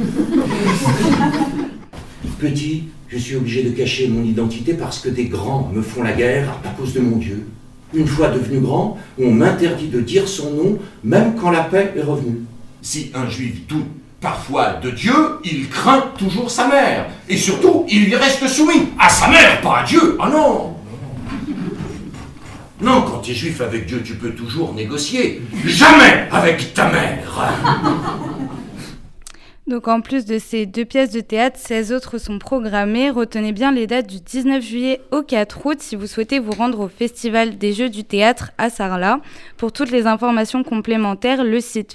Petit, je suis obligé de cacher mon identité parce que des grands me font la guerre à cause de mon Dieu. Une fois devenu grand, on m'interdit de dire son nom, même quand la paix est revenue. Si un juif doute parfois de Dieu, il craint toujours sa mère. Et surtout, il lui reste soumis à sa mère, pas à Dieu. Ah non! Non, quand tu es juif avec Dieu, tu peux toujours négocier. Jamais avec ta mère! Donc en plus de ces 2 pièces de théâtre, 16 autres sont programmées. Retenez bien les dates du 19 juillet au 4 août si vous souhaitez vous rendre au Festival des Jeux du Théâtre à Sarlat. Pour toutes les informations complémentaires, le site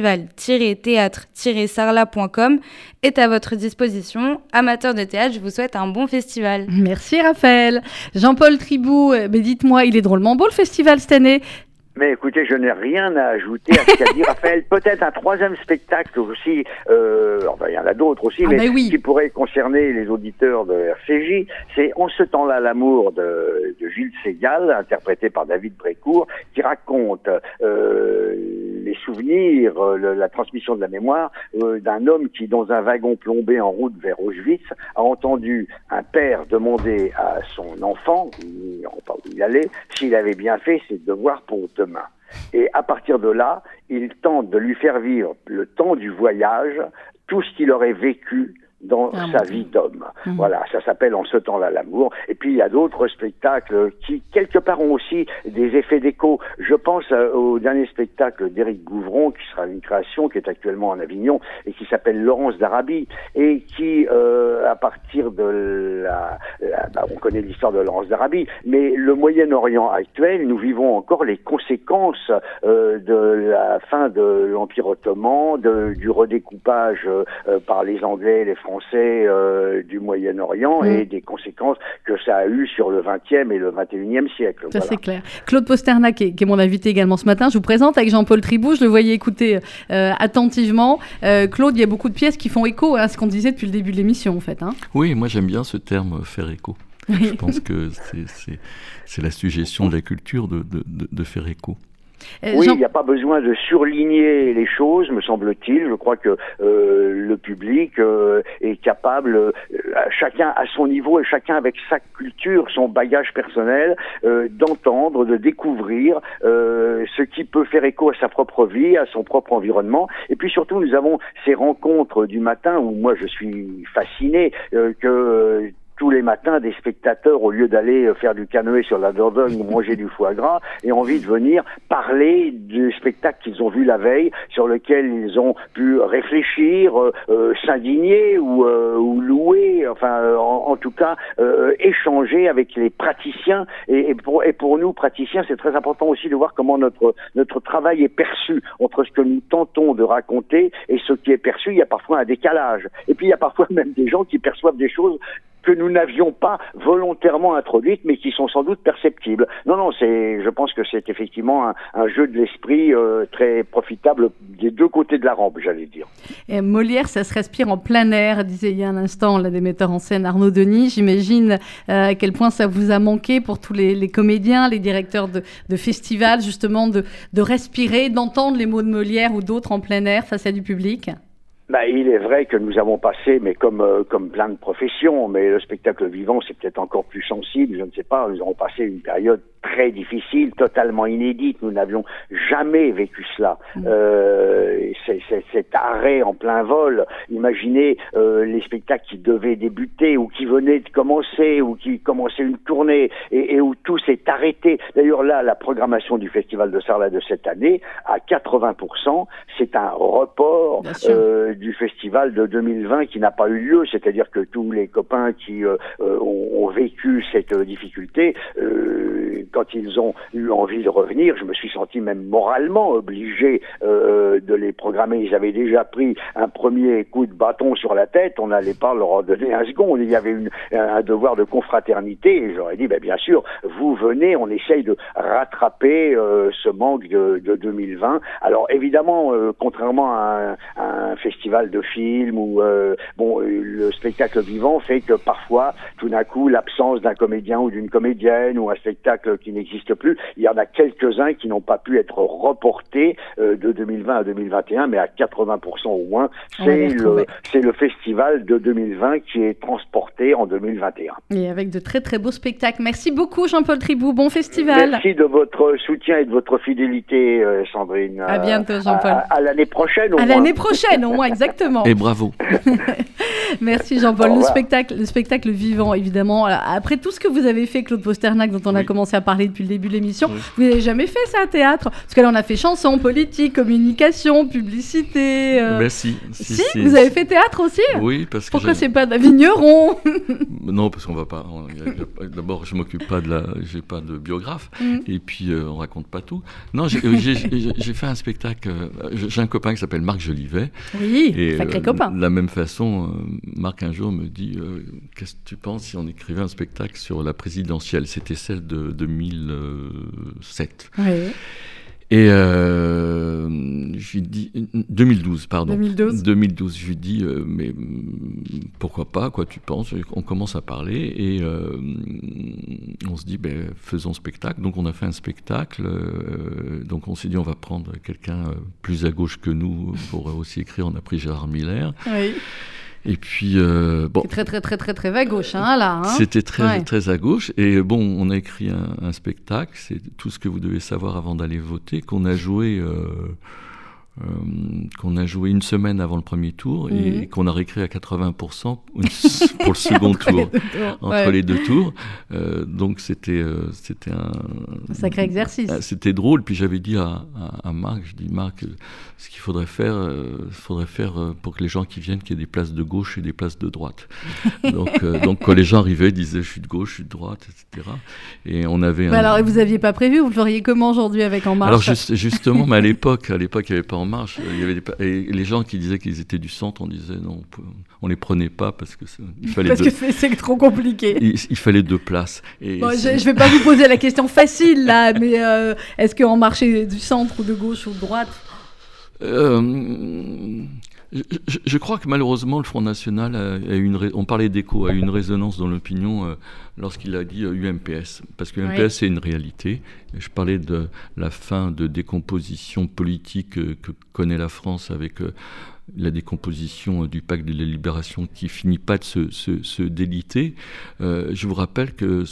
festival-théâtre-sarlat.com est à votre disposition. Amateurs de théâtre, je vous souhaite un bon festival. Merci Raphaël. Jean-Paul Tribou, mais dites-moi, il est drôlement beau le festival cette année. Mais écoutez, je n'ai rien à ajouter à ce qu'a dit Raphaël. Peut-être un 3e spectacle aussi, enfin il y en a d'autres aussi, mais oui, qui pourrait concerner les auditeurs de RCJ. C'est En ce temps-là l'amour de Gilles Segal, interprété par David Brécourt, qui raconte les souvenirs, la transmission de la mémoire d'un homme qui, dans un wagon plombé en route vers Auschwitz, a entendu un père demander à son enfant, où il allait, s'il avait bien fait ses devoirs pour demain. Et à partir de là, il tente de lui faire vivre le temps du voyage, tout ce qu'il aurait vécu dans sa vie d'homme. Voilà, ça s'appelle En ce temps-là l'amour. Et puis il y a d'autres spectacles qui, quelque part, ont aussi des effets d'écho. Je pense au dernier spectacle d'Éric Gouvron, qui sera une création, qui est actuellement en Avignon, et qui s'appelle Laurence d'Arabie, et qui, à partir de on connaît l'histoire de Laurence d'Arabie, mais le Moyen-Orient actuel, nous vivons encore les conséquences de la fin de l'Empire ottoman, du redécoupage par les Anglais et les Français Français du Moyen-Orient et des conséquences que ça a eu sur le XXe et le XXIe siècle. Ça, c'est clair. Claude Posternak, qui est mon invité également ce matin, je vous présente avec Jean-Paul Tribou. Je le voyais écouter attentivement. Claude, il y a beaucoup de pièces qui font écho à ce qu'on disait depuis le début de l'émission, en fait. Hein. Oui, moi j'aime bien ce terme « faire écho ». Je pense que c'est la suggestion de la culture de faire écho. Oui, il n'y a pas besoin de surligner les choses, me semble-t-il. Je crois que le public est capable, chacun à son niveau et chacun avec sa culture, son bagage personnel, d'entendre, de découvrir ce qui peut faire écho à sa propre vie, à son propre environnement. Et puis surtout, nous avons ces rencontres du matin où moi je suis fasciné que tous les matins, des spectateurs, au lieu d'aller faire du canoë sur la Dordogne ou manger du foie gras, aient envie de venir parler du spectacle qu'ils ont vu la veille, sur lequel ils ont pu réfléchir, s'indigner ou louer, enfin, en tout cas, échanger avec les praticiens. Et pour nous, praticiens, c'est très important aussi de voir comment notre travail est perçu entre ce que nous tentons de raconter et ce qui est perçu. Il y a parfois un décalage. Et puis, il y a parfois même des gens qui perçoivent des choses que nous n'avions pas volontairement introduites, mais qui sont sans doute perceptibles. Non, je pense que c'est effectivement un jeu de l'esprit très profitable des deux côtés de la rampe, j'allais dire. Et Molière, ça se respire en plein air, disait il y a un instant l'un des metteurs en scène, Arnaud Denis. J'imagine à quel point ça vous a manqué pour tous les comédiens, les directeurs de festivals, justement, de respirer, d'entendre les mots de Molière ou d'autres en plein air face à du public. Il est vrai que nous avons passé, mais comme plein de professions, mais le spectacle vivant, c'est peut-être encore plus sensible, je ne sais pas, nous avons passé une période très difficile, totalement inédite, nous n'avions jamais vécu cela. Cet arrêt en plein vol, imaginez les spectacles qui devaient débuter, ou qui venaient de commencer, ou qui commençaient une tournée, et où tout s'est arrêté. D'ailleurs là, la programmation du Festival de Sarlat de cette année, à 80%, c'est un report du festival de 2020 qui n'a pas eu lieu, c'est-à-dire que tous les copains qui ont vécu cette difficulté, quand ils ont eu envie de revenir, je me suis senti même moralement obligé de les programmer. Ils avaient déjà pris un premier coup de bâton sur la tête, on n'allait pas leur donner un second, il y avait un devoir de confraternité, et j'aurais dit, bien sûr, vous venez, on essaye de rattraper ce manque de 2020. Alors évidemment, contrairement à un festival de films où le spectacle vivant fait que parfois, tout d'un coup, l'absence d'un comédien ou d'une comédienne ou un spectacle qui n'existe plus, il y en a quelques-uns qui n'ont pas pu être reportés de 2020 à 2021, mais à 80% au moins, c'est le festival de 2020 qui est transporté en 2021. Et avec de très très beaux spectacles. Merci beaucoup Jean-Paul Tribou, bon festival. Merci de votre soutien et de votre fidélité, Sandrine. À bientôt Jean-Paul. À l'année prochaine au moins. À l'année prochaine au moins, exactement. Et bravo. Merci Jean-Paul. Le spectacle vivant, évidemment. Après tout ce que vous avez fait, Claude Posternak, dont on a commencé à parler depuis le début de l'émission, vous n'avez jamais fait ça, théâtre? Parce que là, on a fait chanson, politique, communication, publicité. Si, vous avez fait théâtre aussi? Oui, parce que... Pourquoi c'est pas d'Avigneron? Non, parce qu'on va pas... D'abord, je m'occupe pas j'ai pas de biographe, et puis on raconte pas tout. Non, j'ai fait un spectacle... j'ai un copain qui s'appelle Marc Jolivet. Oui, sacré copain. De la même façon, Marc un jour me dit qu'est-ce que tu penses si on écrivait un spectacle sur la présidentielle? C'était celle de 2007. Oui. Et je lui dis 2012, pardon. 2012, je lui dis mais pourquoi pas, quoi tu penses? On commence à parler et on se dit faisons spectacle. Donc on a fait un spectacle. Donc on s'est dit on va prendre quelqu'un plus à gauche que nous pour aussi écrire. On a pris Gérard Miller. Oui. Et puis très très très très très à gauche là. C'était très à gauche et on a écrit un spectacle, c'est tout ce que vous devez savoir avant d'aller voter, qu'on a joué une semaine avant le premier tour et qu'on a réécrit à 80% pour le second tour, entre les deux tours. Donc c'était un sacré exercice. C'était drôle. Puis j'avais dit à Marc, Marc, ce qu'il faudrait faire pour que les gens qui viennent, qu'il y ait des places de gauche et des places de droite. Donc quand les gens arrivaient, ils disaient je suis de gauche, je suis de droite, etc. Et on avait alors vous aviez pas prévu, vous le feriez comment aujourd'hui avec En Marche? Alors justement, mais à l'époque il n'y avait pas En Marche, il y avait et les gens qui disaient qu'ils étaient du centre, on disait non, on les prenait pas parce que il fallait parce que c'est trop compliqué. Il fallait 2 places. Et bon, je vais pas vous poser la question facile là, mais est-ce qu'en Marche est du centre ou de gauche ou de droite? Je crois que malheureusement le Front National on parlait d'écho, a eu une résonance dans l'opinion lorsqu'il a dit UMPS, parce que UMPS c'est une réalité. Je parlais de la fin de décomposition politique que connaît la France avec la décomposition du pacte de la libération qui finit pas de se déliter. Je vous rappelle que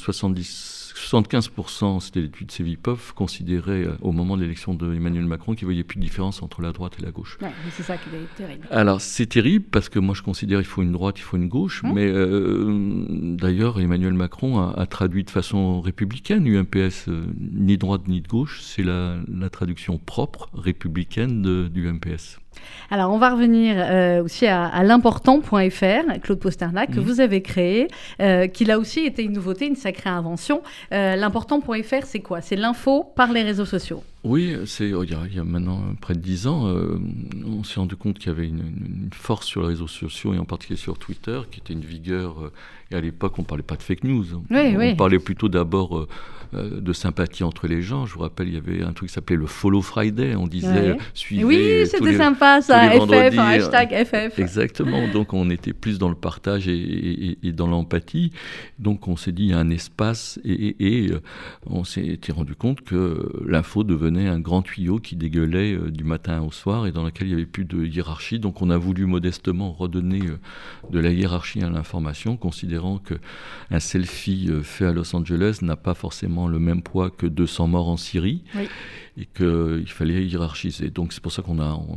75%, c'était l'étude Cevipof, considérait au moment de l'élection d'Emmanuel Macron qu'il ne voyait plus de différence entre la droite et la gauche. Ouais, mais c'est ça qui est terrible. Alors c'est terrible parce que moi je considère qu'il faut une droite, il faut une gauche, mais d'ailleurs Emmanuel Macron a traduit de façon républicaine UMPS, ni droite ni de gauche, c'est la traduction propre républicaine du UMPS. Alors, on va revenir aussi à l'important.fr, Claude Pasternak, que vous avez créé, qui là aussi été une nouveauté, une sacrée invention. L'important.fr, c'est quoi? C'est l'info par les réseaux sociaux. Oui, il y a maintenant près de 10 ans, on s'est rendu compte qu'il y avait une force sur les réseaux sociaux, et en particulier sur Twitter, qui était une vigueur. Et à l'époque, on ne parlait pas de fake news. On parlait plutôt d'abord de sympathie entre les gens. Je vous rappelle, il y avait un truc qui s'appelait le Follow Friday. On disait suivez. Oui, c'était sympa ça, FF, hashtag FF. Exactement. Donc on était plus dans le partage et dans l'empathie. Donc on s'est dit il y a un espace et on s'est rendu compte que l'info devenait un grand tuyau qui dégueulait du matin au soir et dans lequel il n'y avait plus de hiérarchie. Donc on a voulu modestement redonner de la hiérarchie à l'information, considérant qu'un selfie fait à Los Angeles n'a pas forcément le même poids que 200 morts en Syrie, et qu'il fallait hiérarchiser. Donc c'est pour ça qu'on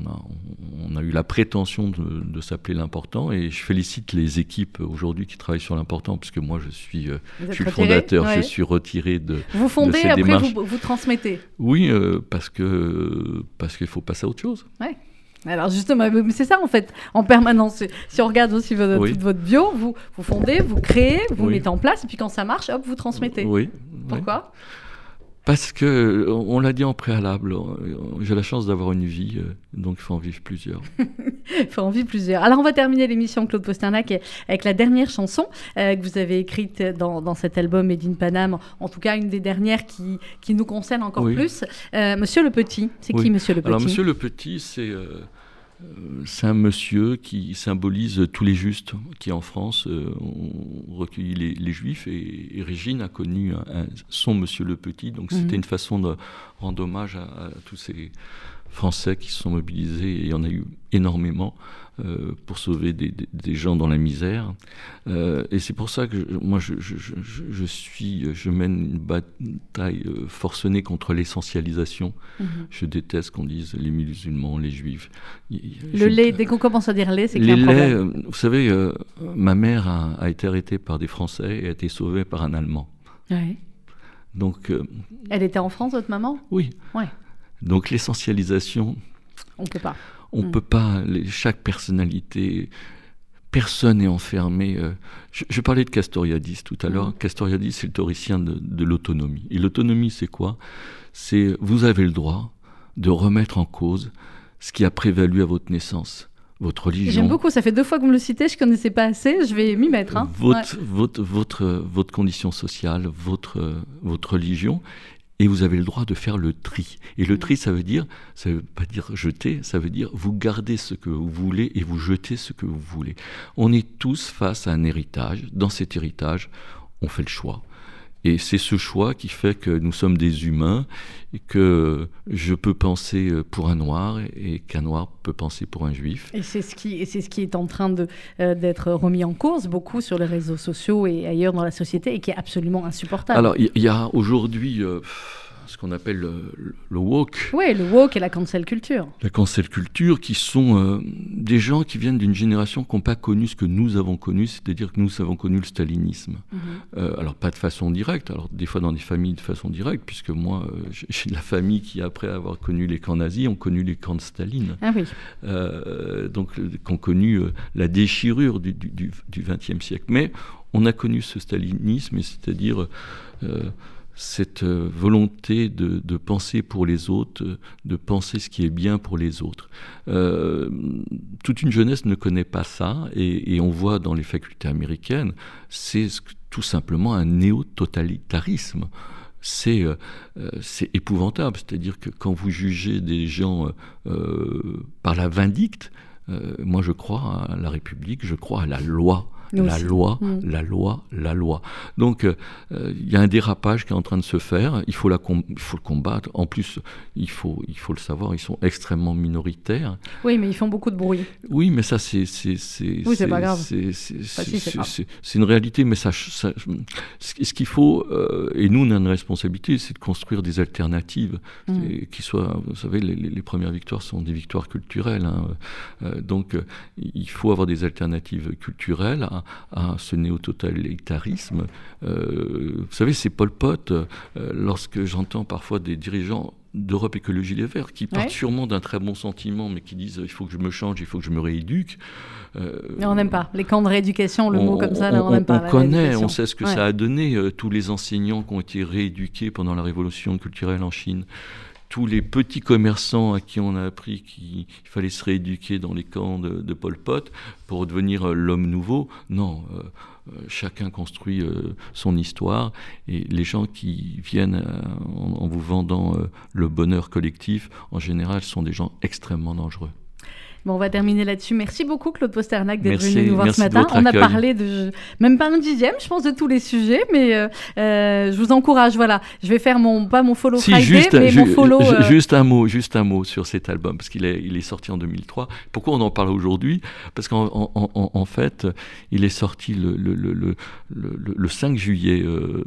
a eu la prétention de s'appeler l'important, et je félicite les équipes aujourd'hui qui travaillent sur l'important, parce que moi je suis le fondateur, je suis retiré de Vous fondez, de ces après démarches. vous transmettez. Oui, parce qu'il faut passer à autre chose. Ouais. Alors justement, c'est ça en fait, en permanence. Si on regarde aussi toute votre bio, vous fondez, vous créez, vous mettez en place, et puis quand ça marche, hop, vous transmettez. Oui. Pourquoi ? Parce que, on l'a dit en préalable, j'ai la chance d'avoir une vie, donc il faut en vivre plusieurs. Il faut en vivre plusieurs. Alors on va terminer l'émission, Claude Pasternak, avec la dernière chanson que vous avez écrite dans cet album Made in Paname, en tout cas une des dernières qui nous concerne encore plus. Monsieur Le Petit, c'est qui Monsieur Le Petit ? Alors Monsieur Le Petit, c'est un monsieur qui symbolise tous les justes qui en France ont recueilli les Juifs, et Régine a connu son Monsieur Le Petit, donc c'était une façon de rendre hommage à tous ces Français qui se sont mobilisés, et il y en a eu énormément pour sauver des gens dans la misère, et c'est pour ça que moi je mène une bataille forcenée contre l'essentialisation. Je déteste qu'on dise les musulmans, les juifs. Lait, dès qu'on commence à dire lait, c'est qu'il y a un problème. Vous savez, ma mère a été arrêtée par des Français et a été sauvée par un Allemand. Ouais. Donc, elle était en France, votre maman ? Oui. Ouais. Donc l'essentialisation, on ne peut pas. On ne peut pas. Chaque personnalité, personne n'est enfermé. Je parlais de Castoriadis tout à l'heure. Castoriadis, c'est le théoricien de l'autonomie. Et l'autonomie, c'est quoi ? C'est vous avez le droit de remettre en cause ce qui a prévalu à votre naissance. Votre religion. J'aime beaucoup, ça fait 2 fois que vous me le citez, je ne connaissais pas assez, je vais m'y mettre. Votre condition sociale, votre religion. Et vous avez le droit de faire le tri. Et le tri, ça veut pas dire jeter, ça veut dire vous gardez ce que vous voulez et vous jetez ce que vous voulez. On est tous face à un héritage. Dans cet héritage, on fait le choix. Et c'est ce choix qui fait que nous sommes des humains, et que je peux penser pour un noir et qu'un noir peut penser pour un juif. Et c'est ce qui est en train d'être remis en cause beaucoup sur les réseaux sociaux et ailleurs dans la société, et qui est absolument insupportable. Alors il y a aujourd'hui ce qu'on appelle le woke. Oui, le woke et la cancel culture. La cancel culture, qui sont des gens qui viennent d'une génération qui n'ont pas connu ce que nous avons connu, c'est-à-dire que nous avons connu le stalinisme. Alors pas de façon directe, alors des fois dans des familles de façon directe, puisque moi j'ai de la famille qui, après avoir connu les camps nazis, ont connu les camps de Staline. Ah oui. Donc qui ont connu la déchirure du XXe siècle. Mais on a connu ce stalinisme, c'est-à-dire cette volonté de penser pour les autres, de penser ce qui est bien pour les autres. Toute une jeunesse ne connaît pas ça, et on voit dans les facultés américaines, c'est tout simplement un néo-totalitarisme. C'est épouvantable, c'est-à-dire que quand vous jugez des gens par la vindicte, moi je crois à la République, je crois à la loi. La loi. Donc, il y a un dérapage qui est en train de se faire. Il faut le combattre. En plus, il faut le savoir, ils sont extrêmement minoritaires. Oui, mais ils font beaucoup de bruit. Oui, mais ça, c'est pas grave. C'est une réalité, mais ce qu'il faut, et nous, on a une responsabilité, c'est de construire des alternatives qui soient, vous savez, les premières victoires sont des victoires culturelles. Donc, il faut avoir des alternatives culturelles à ce néo-totalitarisme. Vous savez, c'est Pol Pot, lorsque j'entends parfois des dirigeants d'Europe Écologie Les Verts qui partent sûrement d'un très bon sentiment, mais qui disent il faut que je me change, il faut que je me rééduque. Mais on n'aime pas. Les camps de rééducation, le mot comme ça, là, on n'aime pas. On connaît, on sait ce que ça a donné, tous les enseignants qui ont été rééduqués pendant la révolution culturelle en Chine. Tous les petits commerçants à qui on a appris qu'il fallait se rééduquer dans les camps de Pol Pot pour devenir l'homme nouveau. Non, chacun construit son histoire, et les gens qui viennent en vous vendant le bonheur collectif, en général, sont des gens extrêmement dangereux. Bon, on va terminer là-dessus. Merci beaucoup, Claude Pasternak, d'être venu nous voir ce matin. On a parlé même pas un dixième, je pense, de tous les sujets, mais je vous encourage. Voilà, je vais faire pas mon follow Friday, mais mon follow. Juste un mot sur cet album, parce qu'il est sorti en 2003. Pourquoi on en parle aujourd'hui ? Parce qu'en fait, il est sorti le 5 juillet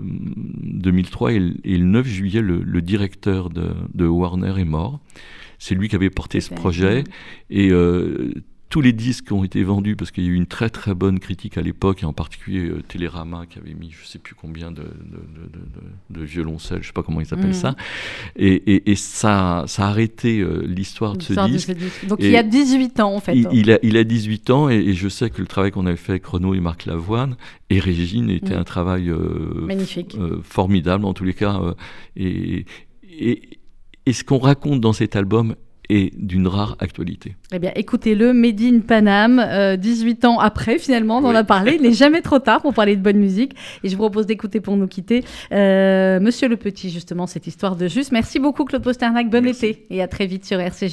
2003, et le 9 juillet, le directeur de Warner est mort. C'est lui qui avait porté ce projet, et tous les disques ont été vendus, parce qu'il y a eu une très très bonne critique à l'époque, et en particulier Télérama qui avait mis je ne sais plus combien de violoncelles, je ne sais pas comment ils appellent ça, et ça a arrêté l'histoire de ce disque. Donc il y a 18 ans en fait. Il a 18 ans, et je sais que le travail qu'on avait fait avec Renaud et Marc Lavoine et Régine était un travail magnifique, formidable en tous les cas, et ce qu'on raconte dans cet album est d'une rare actualité. Eh bien, écoutez-le, Made in Paname, 18 ans après, finalement, on en a parlé. Il n'est jamais trop tard pour parler de bonne musique. Et je vous propose d'écouter pour nous quitter Monsieur Le Petit, justement, cette histoire de Juste. Merci beaucoup, Claude Pasternak. Bon été, et à très vite sur RCJ.